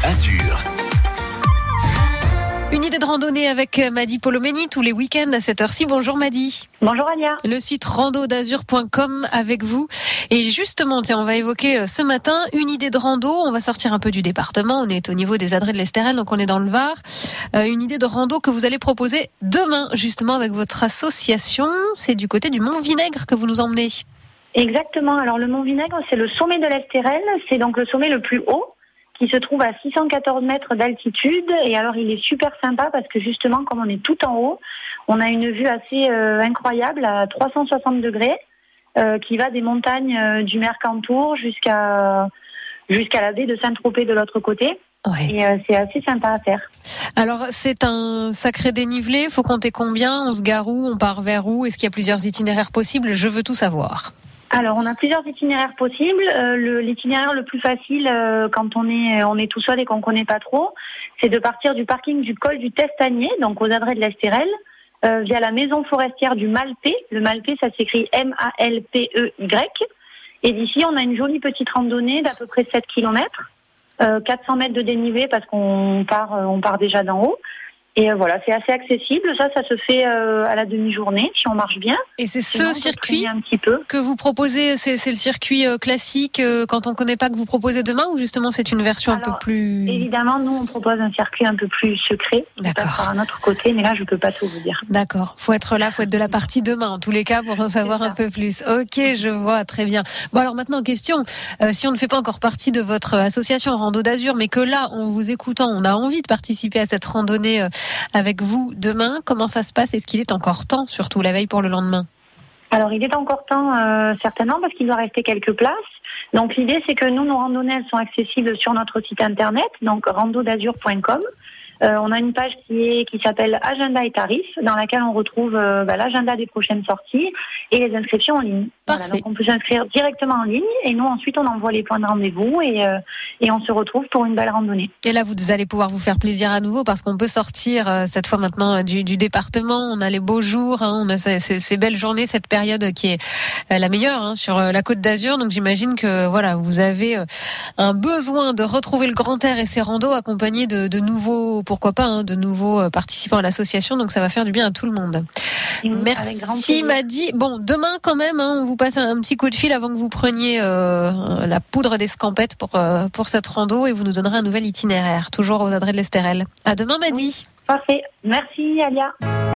Azur. Une idée de randonnée avec Madi Polomeni tous les week-ends à cette heure-ci. Bonjour Madi. Bonjour Alia. Le site randodazur.com avec vous. Et justement, tiens, on va évoquer ce matin une idée de rando. On va sortir un peu du département. On est au niveau des Adrets de l'Estérel, donc on est dans le Var. Une idée de rando que vous allez proposer demain, justement, avec votre association. C'est du côté du Mont Vinaigre que vous nous emmenez. Exactement. Alors le Mont Vinaigre, c'est le sommet de l'Estérel. C'est donc le sommet le plus haut, qui se trouve à 614 mètres d'altitude. Et alors, il est super sympa parce que justement, comme on est tout en haut, on a une vue assez incroyable à 360 degrés qui va des montagnes du Mercantour jusqu'à la baie de Saint-Tropez de l'autre côté. Ouais. Et c'est assez sympa à faire. Alors, c'est un sacré dénivelé. Faut compter combien? On se gare où? On part vers où? Est-ce qu'il y a plusieurs itinéraires possibles? Je veux tout savoir. Alors, on a plusieurs itinéraires possibles. L'itinéraire le plus facile, quand on est tout seul et qu'on connaît pas trop, c'est de partir du parking du col du Testanier, donc aux Adrets de l'Estérel, via la maison forestière du Malpé. Le Malpé, ça s'écrit M-A-L-P-E-Y. Et d'ici, on a une jolie petite randonnée d'à peu près 7 kilomètres, 400 mètres de dénivelé parce qu'on part déjà d'en haut. Et voilà, c'est assez accessible. Ça se fait à la demi-journée, si on marche bien. Et c'est Sinon, ce circuit un petit peu. que vous proposez, c'est le circuit classique quand on connaît pas, que vous proposez demain, ou justement c'est une version un peu plus... Évidemment, nous on propose un circuit un peu plus secret. D'accord. Par un autre côté, mais là je peux pas tout vous dire. D'accord. Faut être là, faut être de la partie demain en tous les cas pour en savoir un peu plus. Ok, je vois, très bien. Bon alors maintenant question, si on ne fait pas encore partie de votre association Rando d'Azur, mais que là en vous écoutant, on a envie de participer à cette randonnée avec vous demain, comment ça se passe? Est-ce qu'il est encore temps, surtout la veille pour le lendemain? Alors il est encore temps certainement parce qu'il doit rester quelques places. Donc l'idée c'est que nous, nos randonnées elles sont accessibles sur notre site internet, donc randodazur.com. On a une page qui s'appelle Agenda et tarifs, dans laquelle on retrouve l'agenda des prochaines sorties et les inscriptions en ligne. Voilà, donc on peut s'inscrire directement en ligne et nous ensuite on envoie les points de rendez-vous et on se retrouve pour une belle randonnée. Et là vous allez pouvoir vous faire plaisir à nouveau parce qu'on peut sortir cette fois maintenant du département. On a les beaux jours, on a ces belles journées, cette période qui est la meilleure sur la Côte d'Azur. Donc j'imagine que voilà, vous avez un besoin de retrouver le grand air et ses randos accompagnés de nouveaux, pourquoi pas, de nouveaux participants à l'association. Donc ça va faire du bien à tout le monde. Merci Madi. Bon, demain quand même, on vous passe un petit coup de fil avant que vous preniez la poudre d'escampette pour cette rando et vous nous donnerez un nouvel itinéraire, toujours aux Adrets de l'Estérel. À demain Madi. Oui, parfait. Merci Alia.